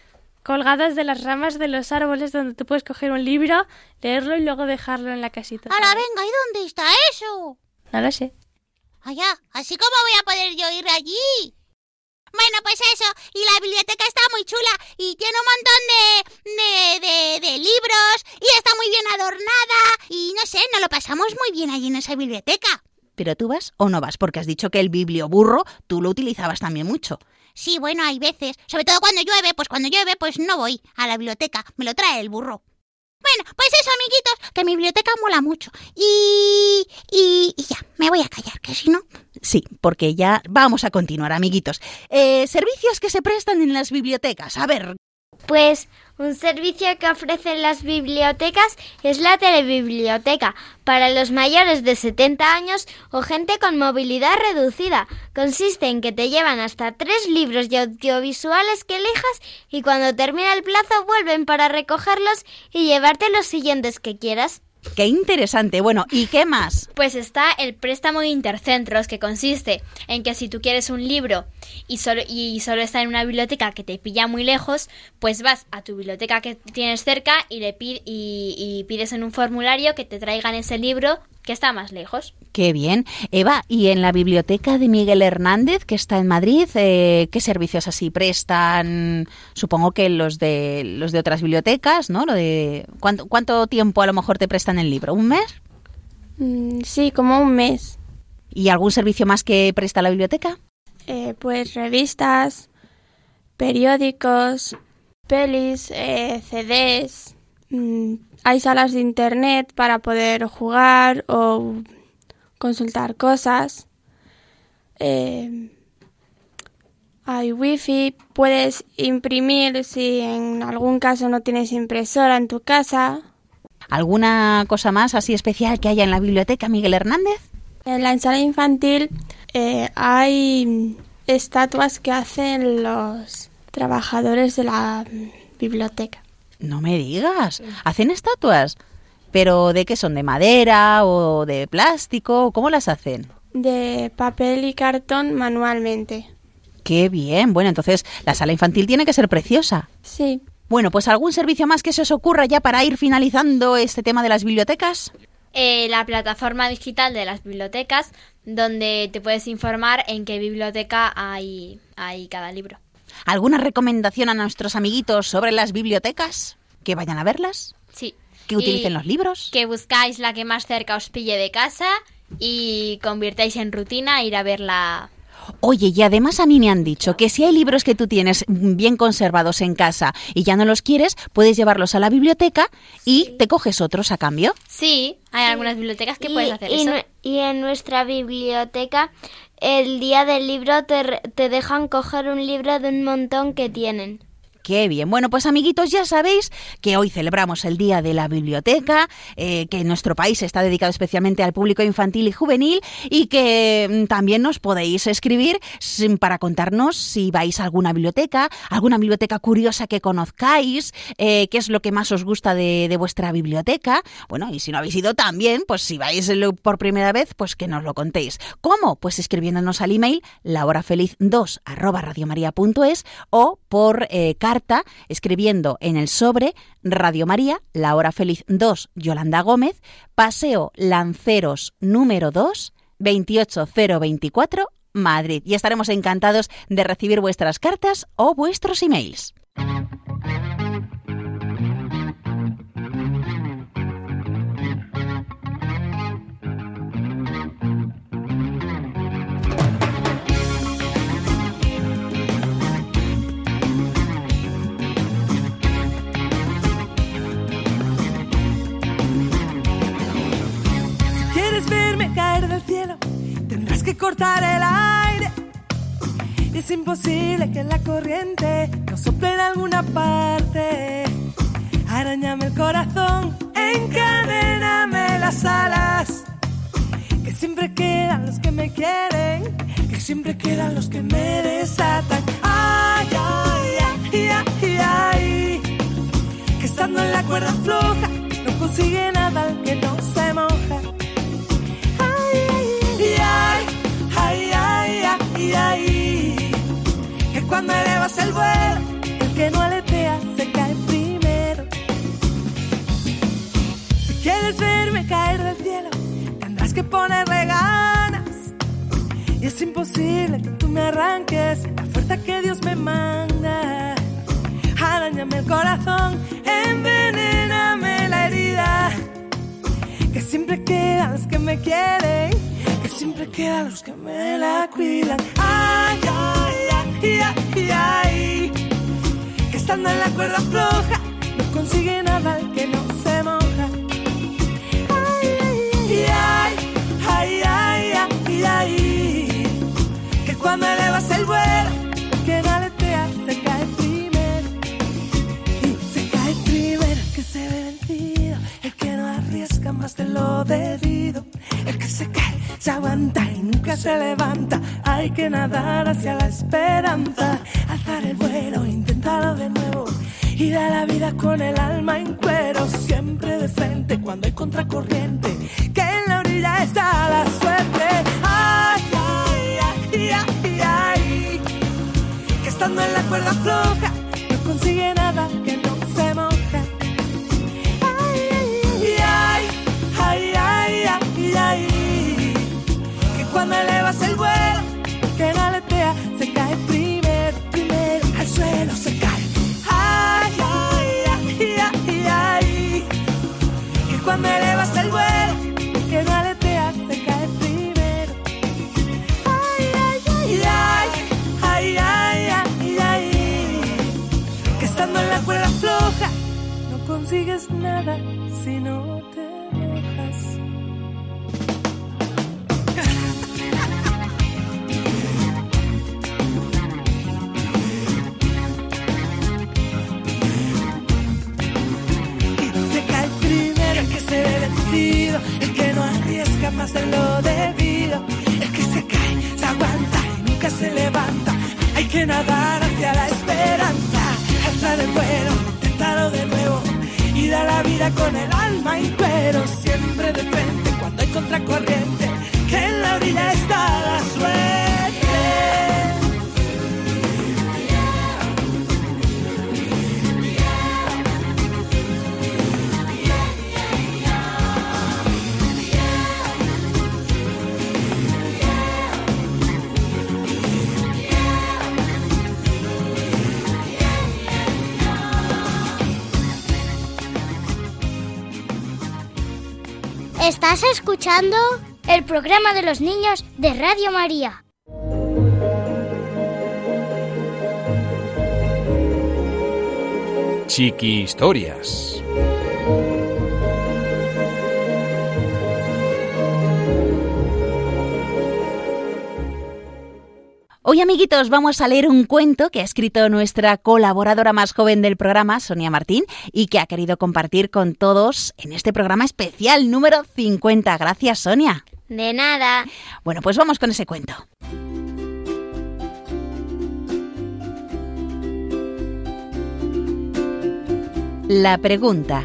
colgados de las ramas de los árboles donde tú puedes coger un libro, leerlo y luego dejarlo en la casita. ¡Hala, venga! ¿Y dónde está eso? No lo sé. Allá, ¿así cómo voy a poder yo ir allí? Bueno, pues eso, y la biblioteca está muy chula y tiene un montón de libros y está muy bien adornada y no sé, nos lo pasamos muy bien allí en esa biblioteca. ¿Pero tú vas o no vas? Porque has dicho que el biblioburro tú lo utilizabas también mucho. Sí, bueno, hay veces, sobre todo cuando llueve, pues no voy a la biblioteca, me lo trae el burro. Bueno, pues eso, amiguitos, que mi biblioteca mola mucho. Y ya, me voy a callar, que si no... Sí, porque ya vamos a continuar, amiguitos. Servicios que se prestan en las bibliotecas. A ver... Pues un servicio que ofrecen las bibliotecas es la telebiblioteca para los mayores de 70 años o gente con movilidad reducida. Consiste en que te llevan hasta 3 libros y audiovisuales que elijas y cuando termina el plazo vuelven para recogerlos y llevarte los siguientes que quieras. ¡Qué interesante! Bueno, ¿y qué más? Pues está el préstamo intercentros, que consiste en que si tú quieres un libro y solo está en una biblioteca que te pilla muy lejos, pues vas a tu biblioteca que tienes cerca y pides en un formulario que te traigan ese libro que está más lejos. ¡Qué bien! Eva, ¿y en la biblioteca de Miguel Hernández, que está en Madrid, qué servicios así prestan? Supongo que los de otras bibliotecas, ¿no? Lo de ¿cuánto tiempo a lo mejor te prestan el libro? ¿Un mes? Sí, como un mes. ¿Y algún servicio más que presta la biblioteca? Pues revistas, periódicos, pelis, CDs... Hay salas de internet para poder jugar o consultar cosas. Hay wifi, puedes imprimir si en algún caso no tienes impresora en tu casa. ¿Alguna cosa más así especial que haya en la biblioteca Miguel Hernández? En la sala infantil hay estatuas que hacen los trabajadores de la biblioteca. No me digas, ¿hacen estatuas? ¿Pero de qué son? ¿De madera o de plástico? ¿Cómo las hacen? De papel y cartón manualmente. ¡Qué bien! Bueno, entonces la sala infantil tiene que ser preciosa. Sí. Bueno, pues ¿algún servicio más que se os ocurra ya para ir finalizando este tema de las bibliotecas? La plataforma digital de las bibliotecas, donde te puedes informar en qué biblioteca hay cada libro. ¿Alguna recomendación a nuestros amiguitos sobre las bibliotecas? ¿Que vayan a verlas? Sí. ¿Que utilicen los libros? Que buscáis la que más cerca os pille de casa y convirtáis en rutina ir a verla. Oye, y además a mí me han dicho que si hay libros que tú tienes bien conservados en casa y ya no los quieres, puedes llevarlos a la biblioteca y te coges otros a cambio. Sí, hay algunas bibliotecas que puedes hacer eso. Y en nuestra biblioteca, el día del libro te dejan coger un libro de un montón que tienen. ¡Qué bien! Bueno, pues amiguitos, ya sabéis que hoy celebramos el Día de la Biblioteca, que en nuestro país está dedicado especialmente al público infantil y juvenil y que también nos podéis escribir para contarnos si vais a alguna biblioteca curiosa que conozcáis, qué es lo que más os gusta de vuestra biblioteca. Bueno, y si no habéis ido también, pues si vais por primera vez, pues que nos lo contéis. ¿Cómo? Pues escribiéndonos al email lahorafeliz2@radiomaria.es o por carta escribiendo en el sobre Radio María, La Hora Feliz 2, Yolanda Gómez, Paseo Lanceros número 2, 28024, Madrid. Y estaremos encantados de recibir vuestras cartas o vuestros emails. Caer del cielo, tendrás que cortar el aire. Es imposible que la corriente no sople en alguna parte. Arañame el corazón, encadéname las alas. Que siempre quedan los que me quieren, que siempre quedan los que me desatan. Ay, ay, ay, ay, ay. Que estando en la cuerda floja no consigue nada el que no se moja. Que cuando elevas el vuelo, el que no aletea se caer del cielo, tendrás que ponerle ganas. Y es imposible que tú me arranques la fuerza que Dios me manda. Arañame el corazón, envenéname la herida, que siempre quedan los que me quieren, que siempre quedan los que me la cuidan. Ay, ay, ay, ay, ay, que estando en la cuerda floja no consigue nada el que no se moja. Ay, ay, ay, ay, ay, ay, que cuando elevas el vuelo, quien aletea se cae primero. Y se cae primero el que se ve vencido, el que no arriesga más de lo debido, el que se cae, se aguanta y nunca se levanta. Hay que nadar hacia la esperanza, alzar el vuelo, intentarlo de nuevo y dar la vida con el alma en cuero, siempre de frente cuando hay contracorriente, que en la orilla está la suerte. Ay, ay, ay, ay, ay, que estando en la cuerda floja no consigue nada que no se moja. Ay, ay, ay, ay, ay, ay, que cuando elevas el vuelo, que aletea se cae primero, primero al suelo se cae. Ay, ay, ay, ay, ay, que cuando elevas el vuelo, que no aletea se cae primero. Ay, ay, ay, ay, ay, ay, ay, que estando en la cuerda floja no consigues nada si no te mojas. El que no arriesga más de lo debido, el que se cae, se aguanta y nunca se levanta. Hay que nadar hacia la esperanza, alzar el vuelo, intentarlo de nuevo y dar la vida con el alma en cuero, siempre de frente cuando hay contracorriente, que en la orilla está la suerte. Estás escuchando el programa de los niños de Radio María. Chiqui Historias. Hoy, amiguitos, vamos a leer un cuento que ha escrito nuestra colaboradora más joven del programa, Sonia Martín, y que ha querido compartir con todos en este programa especial número 50. Gracias, Sonia. De nada. Bueno, pues vamos con ese cuento. La pregunta.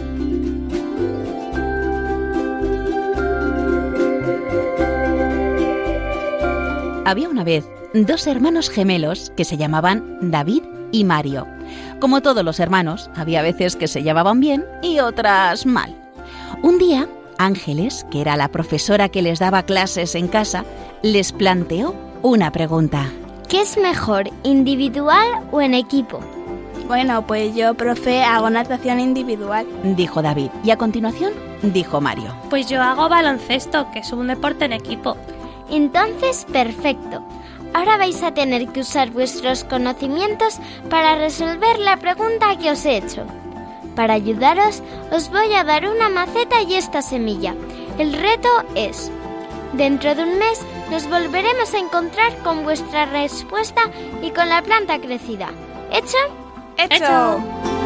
Había una vez dos hermanos gemelos que se llamaban David y Mario. Como todos los hermanos, había veces que se llevaban bien y otras mal. Un día, Ángeles, que era la profesora que les daba clases en casa, les planteó una pregunta. ¿Qué es mejor, individual o en equipo? Bueno, pues yo, profe, hago natación individual, dijo David, y a continuación dijo Mario. Pues yo hago baloncesto, que es un deporte en equipo. Entonces, perfecto. Ahora vais a tener que usar vuestros conocimientos para resolver la pregunta que os he hecho. Para ayudaros, os voy a dar una maceta y esta semilla. El reto es: dentro de un mes nos volveremos a encontrar con vuestra respuesta y con la planta crecida. ¿Hecho? ¡Hecho!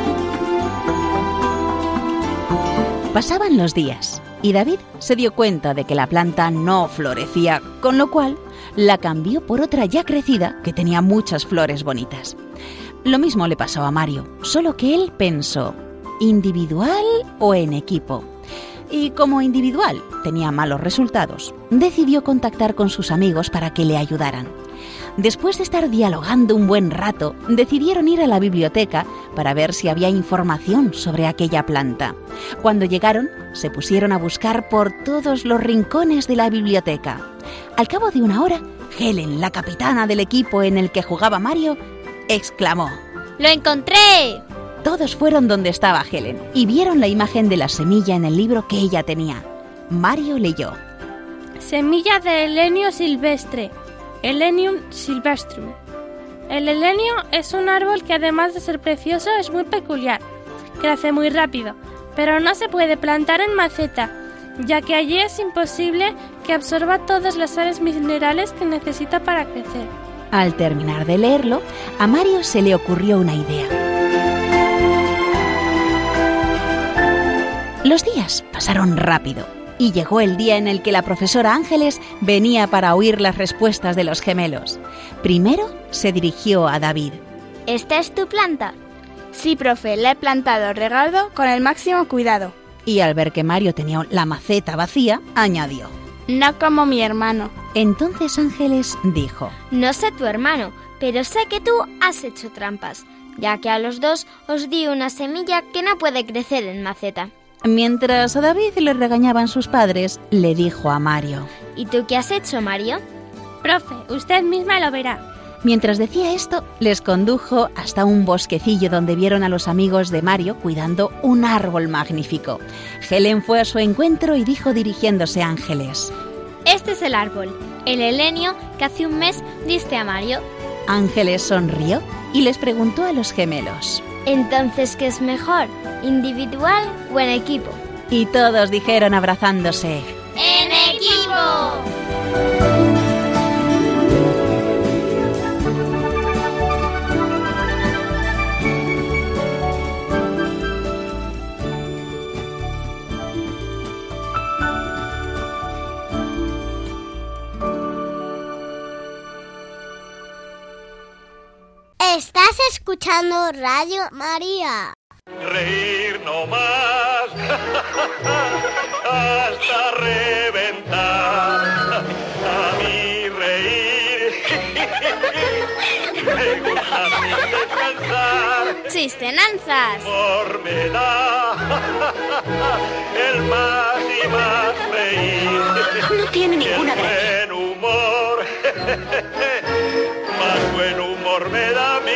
Pasaban los días y David se dio cuenta de que la planta no florecía, con lo cual la cambió por otra ya crecida que tenía muchas flores bonitas. Lo mismo le pasó a Mario, solo que él pensó: ¿individual o en equipo? Y como individual tenía malos resultados, decidió contactar con sus amigos para que le ayudaran. Después de estar dialogando un buen rato, decidieron ir a la biblioteca para ver si había información sobre aquella planta. Cuando llegaron, se pusieron a buscar por todos los rincones de la biblioteca. Al cabo de una hora, Helen, la capitana del equipo en el que jugaba Mario, exclamó: ¡Lo encontré! Todos fueron donde estaba Helen y vieron la imagen de la semilla en el libro que ella tenía. Mario leyó: Semilla de helenio silvestre, Helenium silvestrum. El helenio es un árbol que además de ser precioso es muy peculiar. Crece muy rápido, pero no se puede plantar en maceta, ya que allí es imposible que absorba todas las sales minerales que necesita para crecer. Al terminar de leerlo, a Mario se le ocurrió una idea. Los días pasaron rápido y llegó el día en el que la profesora Ángeles venía para oír las respuestas de los gemelos. Primero se dirigió a David. ¿Esta es tu planta? Sí, profe, la he plantado regado con el máximo cuidado. Y al ver que Mario tenía la maceta vacía, añadió: No como mi hermano. Entonces Ángeles dijo: No sé tu hermano, pero sé que tú has hecho trampas, ya que a los dos os di una semilla que no puede crecer en maceta. Mientras a David le regañaban sus padres, le dijo a Mario: ¿Y tú qué has hecho, Mario? Profe, usted misma lo verá. Mientras decía esto, les condujo hasta un bosquecillo donde vieron a los amigos de Mario cuidando un árbol magnífico. Helen fue a su encuentro y dijo dirigiéndose a Ángeles: Este es el árbol, el helenio que hace un mes diste a Mario. Ángeles sonrió y les preguntó a los gemelos: Entonces, ¿qué es mejor? ¿Individual o en equipo? Y todos dijeron abrazándose: ¡En equipo! Estás escuchando Radio María. Reír no más hasta reventar. A mí reír me gusta sin descansar. ¡Chistenanzas! Humor me da el más y más reír. No tiene ninguna gracia. Buen humor, más buen humor me da a mí.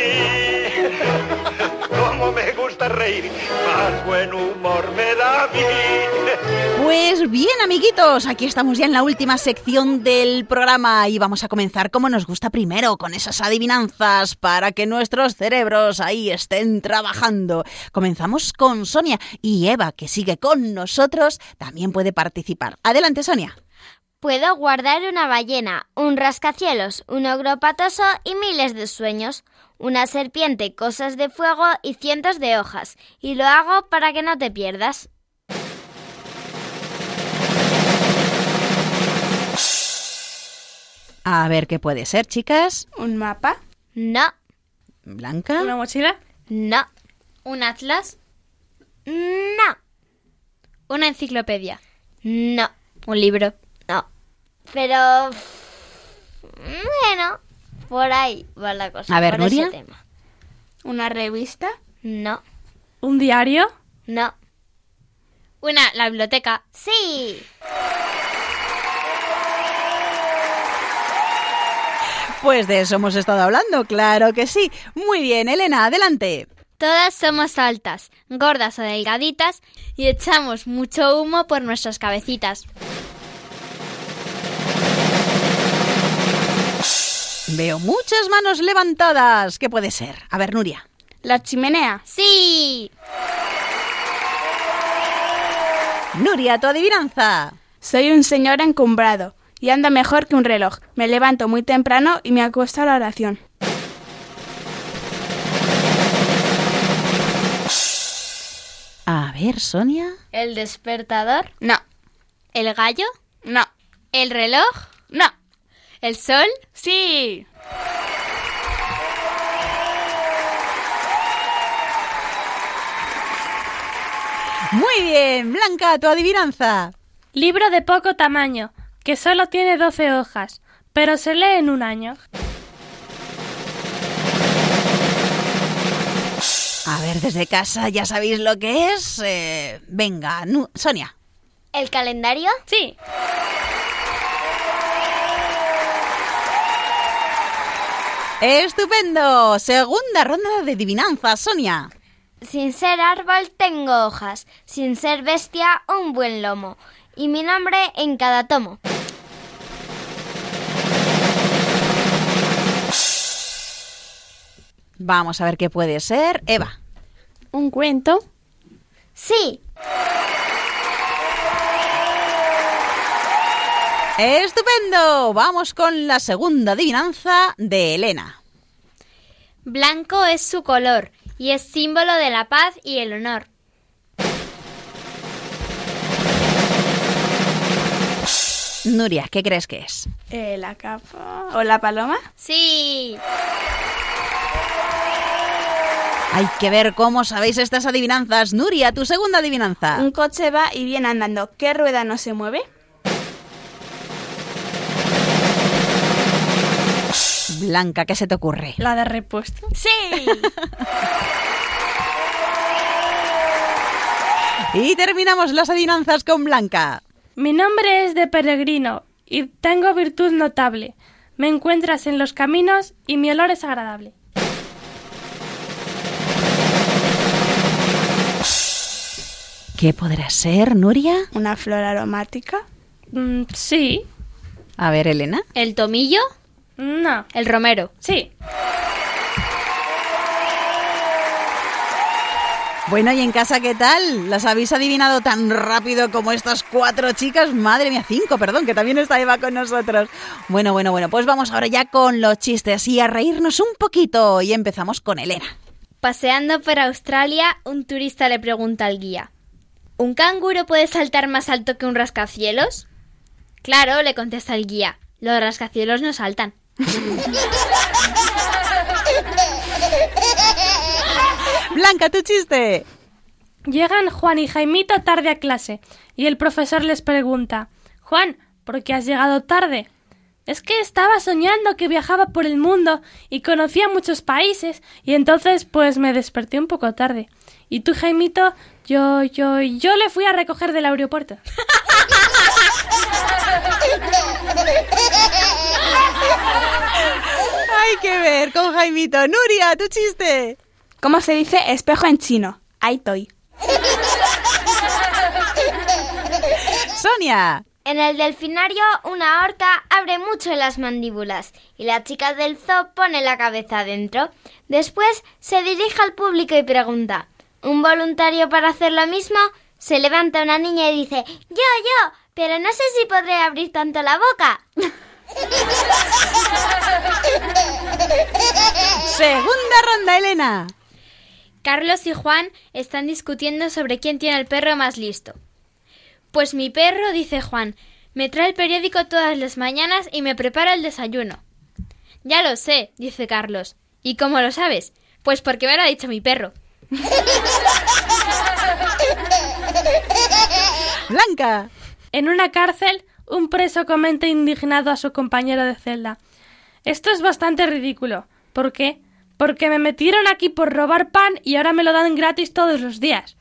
Cómo me gusta reír, más buen humor me da a mí. Pues bien, amiguitos, aquí estamos ya en la última sección del programa y vamos a comenzar como nos gusta primero, con esas adivinanzas para que nuestros cerebros ahí estén trabajando. Comenzamos con Sonia y Eva, que sigue con nosotros, también puede participar. Adelante, Sonia. Puedo guardar una ballena, un rascacielos, un ogro patoso y miles de sueños, una serpiente, cosas de fuego y cientos de hojas. Y lo hago para que no te pierdas. A ver qué puede ser, chicas. ¿Un mapa? No. ¿Blanca? ¿Una mochila? No. ¿Un atlas? No. ¿Una enciclopedia? No. ¿Un libro? No. Pero... bueno, por ahí va la cosa. A ver, por Nuria. ese tema. ¿Una revista? No. ¿Un diario? No. La biblioteca. Sí. Pues de eso hemos estado hablando, claro que sí. Muy bien, Elena, adelante. Todas somos altas, gordas o delgaditas y echamos mucho humo por nuestras cabecitas. Veo muchas manos levantadas. ¿Qué puede ser? A ver, Nuria. ¿La chimenea? ¡Sí! Nuria, tu adivinanza. Soy un señor encumbrado y anda mejor que un reloj. Me levanto muy temprano y me acuesto a la oración. A ver, Sonia. ¿El despertador? No. ¿El gallo? No. ¿El reloj? No. ¿El sol? Sí. Muy bien, Blanca, tu adivinanza. Libro de poco tamaño, que solo tiene 12 hojas, pero se lee en un año. A ver, desde casa ya sabéis lo que es. Venga, Sonia. ¿El calendario? Sí. ¡Estupendo! Segunda ronda de adivinanza, Sonia. Sin ser árbol tengo hojas, sin ser bestia un buen lomo, y mi nombre en cada tomo. Vamos a ver qué puede ser. Eva. ¿Un cuento? Sí. ¡Estupendo! Vamos con la segunda adivinanza de Elena. Blanco es su color y es símbolo de la paz y el honor. Nuria, ¿qué crees que es? ¿La capa o la paloma? Sí. Hay que ver cómo sabéis estas adivinanzas. Nuria, tu segunda adivinanza. Un coche va y viene andando. ¿Qué rueda no se mueve? Blanca, ¿qué se te ocurre? ¿La de repuesto? ¡Sí! Y terminamos las adivinanzas con Blanca. Mi nombre es de peregrino y tengo virtud notable. Me encuentras en los caminos y mi olor es agradable. ¿Qué podrá ser, Nuria? ¿Una flor aromática? Sí. A ver, Elena. ¿El tomillo? No. ¿El romero? Sí. Bueno, ¿y en casa qué tal? ¿Las habéis adivinado tan rápido como estas 4 chicas? Madre mía, 5, perdón, que también está Eva con nosotros. Bueno, pues vamos ahora ya con los chistes y a reírnos un poquito. Y empezamos con Elena. Paseando por Australia, un turista le pregunta al guía: ¿un canguro puede saltar más alto que un rascacielos? Claro, le contesta el guía, los rascacielos no saltan. Blanca, tu chiste. Llegan Juan y Jaimito tarde a clase y el profesor les pregunta: Juan, ¿por qué has llegado tarde? Es que estaba soñando que viajaba por el mundo y conocía muchos países y entonces pues me desperté un poco tarde. ¿Y tú, Jaimito? Yo le fui a recoger del aeropuerto. Hay que ver con Jaimito. Nuria, tu chiste. ¿Cómo se dice espejo en chino? Aitoi. Sonia. En el delfinario, una orca abre mucho las mandíbulas y la chica del zoo pone la cabeza adentro. Después se dirige al público y pregunta: ¿un voluntario para hacer lo mismo? Se levanta una niña y dice: yo, pero no sé si podré abrir tanto la boca. Segunda ronda, Elena. Carlos y Juan están discutiendo sobre quién tiene el perro más listo. Pues mi perro, dice Juan, me trae el periódico todas las mañanas y me prepara el desayuno. Ya lo sé, dice Carlos. ¿Y cómo lo sabes? Pues porque me lo ha dicho mi perro. Blanca. En una cárcel, un preso comenta indignado a su compañero de celda: esto es bastante ridículo. ¿Por qué? Porque me metieron aquí por robar pan y ahora me lo dan gratis todos los días.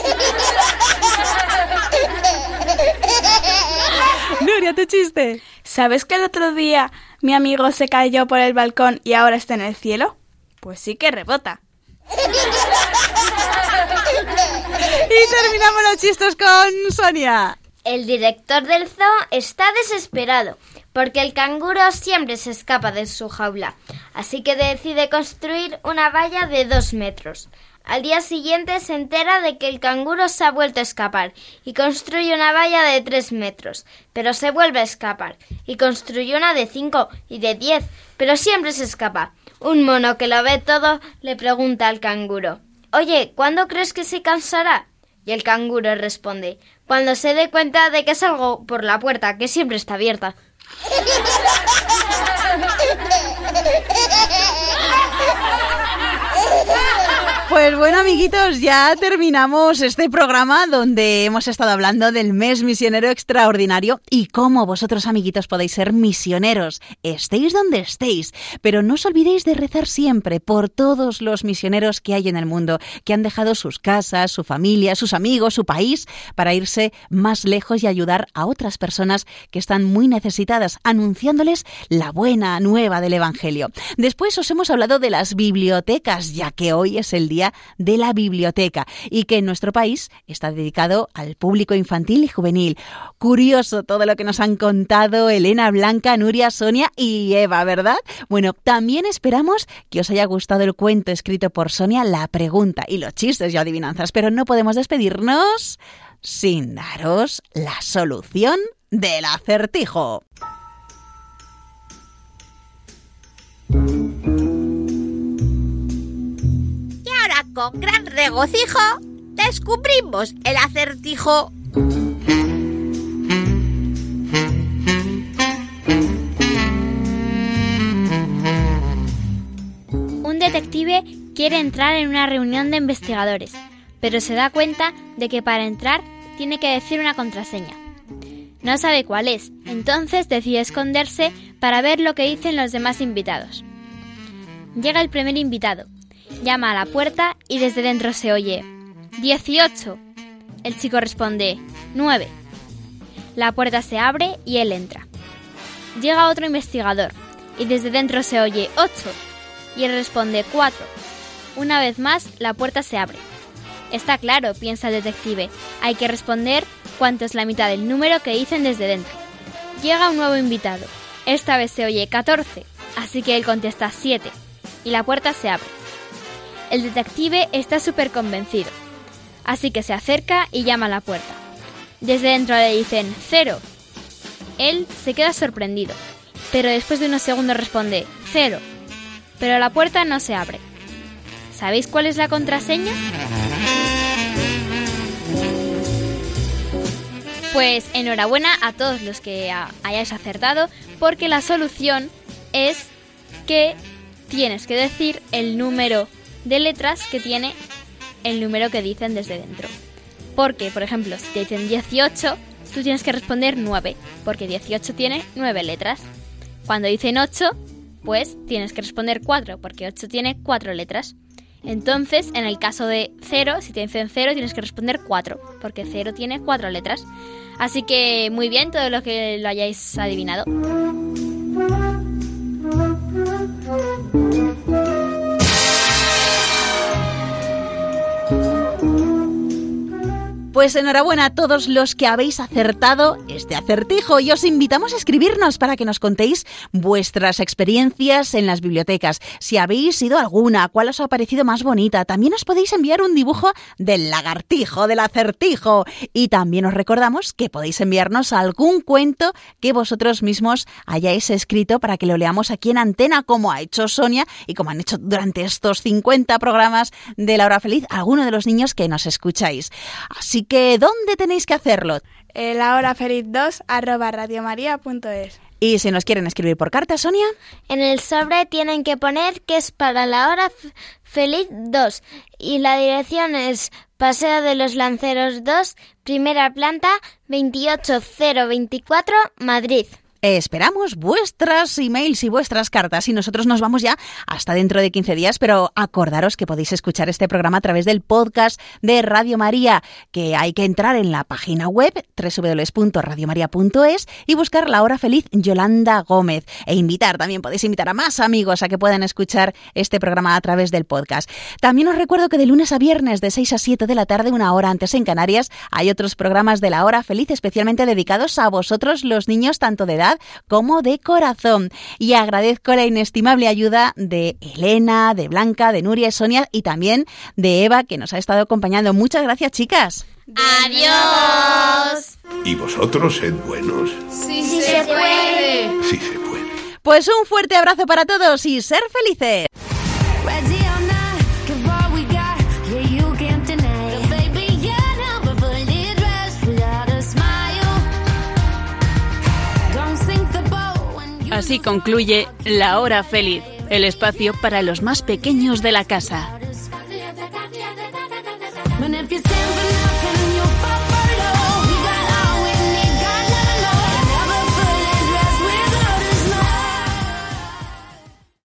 Nuria, tu chiste. ¿Sabes que el otro día mi amigo se cayó por el balcón y ahora está en el cielo? Pues sí que rebota. Y terminamos los chistes con Sonia. El director del zoo está desesperado porque el canguro siempre se escapa de su jaula, así que decide construir una valla de 2 metros. Al día siguiente se entera de que el canguro se ha vuelto a escapar y construye una valla de 3 metros, pero se vuelve a escapar y construye una de 5 y de 10, pero siempre se escapa. Un mono que lo ve todo le pregunta al canguro: oye, ¿cuándo crees que se cansará? Y el canguro responde: cuando se dé cuenta de que salgo por la puerta, que siempre está abierta. Pues bueno, amiguitos, ya terminamos este programa donde hemos estado hablando del mes misionero extraordinario y cómo vosotros, amiguitos, podéis ser misioneros, estéis donde estéis. Pero no os olvidéis de rezar siempre por todos los misioneros que hay en el mundo, que han dejado sus casas, su familia, sus amigos, su país, para irse más lejos y ayudar a otras personas que están muy necesitadas, anunciándoles la buena nueva del Evangelio. Después os hemos hablado de las bibliotecas, ya que hoy es el día de la biblioteca y que en nuestro país está dedicado al público infantil y juvenil. Curioso todo lo que nos han contado Elena, Blanca, Nuria, Sonia y Eva, ¿verdad? Bueno, también esperamos que os haya gustado el cuento escrito por Sonia, La Pregunta, y los chistes y adivinanzas, pero no podemos despedirnos sin daros la solución del acertijo. Con gran regocijo, descubrimos el acertijo. Un detective quiere entrar en una reunión de investigadores, pero se da cuenta de que para entrar tiene que decir una contraseña. No sabe cuál es, entonces decide esconderse para ver lo que dicen los demás invitados. Llega el primer invitado. Llama a la puerta y desde dentro se oye 18. El chico responde 9. La puerta se abre y él entra. Llega otro investigador y desde dentro se oye 8 y él responde 4. Una vez más la puerta se abre. Está claro, piensa el detective, hay que responder cuánto es la mitad del número que dicen desde dentro. Llega un nuevo invitado. Esta vez se oye 14, así que él contesta 7 y la puerta se abre. El detective está súper convencido, así que se acerca y llama a la puerta. Desde dentro le dicen 0. Él se queda sorprendido, pero después de unos segundos responde 0. Pero la puerta no se abre. ¿Sabéis cuál es la contraseña? Pues enhorabuena a todos los que hayáis acertado, porque la solución es que tienes que decir el número de letras que tiene el número que dicen desde dentro. Porque, por ejemplo, si te dicen 18, tú tienes que responder 9, porque 18 tiene 9 letras. Cuando dicen 8, pues tienes que responder 4, porque 8 tiene 4 letras. Entonces, en el caso de 0, si te dicen 0, tienes que responder 4, porque 0 tiene 4 letras. Así que muy bien, todo lo que lo hayáis adivinado. Pues enhorabuena a todos los que habéis acertado este acertijo y os invitamos a escribirnos para que nos contéis vuestras experiencias en las bibliotecas. Si habéis ido a alguna, cuál os ha parecido más bonita. También os podéis enviar un dibujo del lagartijo, del acertijo. Y también os recordamos que podéis enviarnos algún cuento que vosotros mismos hayáis escrito para que lo leamos aquí en Antena, como ha hecho Sonia y como han hecho durante estos 50 programas de La Hora Feliz algunos de los niños que nos escucháis. Así que, ¿dónde tenéis que hacerlo? lahorafeliz2@radiomaria.es. Y si nos quieren escribir por carta, Sonia. En el sobre tienen que poner que es para La Hora Feliz 2 y la dirección es Paseo de los Lanceros 2, primera planta, 28024, Madrid. Esperamos vuestras emails y vuestras cartas y nosotros nos vamos ya hasta dentro de 15 días, pero acordaros que podéis escuchar este programa a través del podcast de Radio María, que hay que entrar en la página web www.radiomaria.es y buscar La Hora Feliz Yolanda Gómez también podéis invitar a más amigos a que puedan escuchar este programa a través del podcast. También os recuerdo que de lunes a viernes de 6 a 7 de la tarde, una hora antes en Canarias, hay otros programas de La Hora Feliz especialmente dedicados a vosotros los niños, tanto de edad como de corazón. Y agradezco la inestimable ayuda de Elena, de Blanca, de Nuria y Sonia y también de Eva, que nos ha estado acompañando. Muchas gracias, chicas. ¡Adiós! ¿Y vosotros sed buenos? Sí se puede. Sí se puede. Pues un fuerte abrazo para todos y ser felices. Así concluye La Hora Feliz, el espacio para los más pequeños de la casa.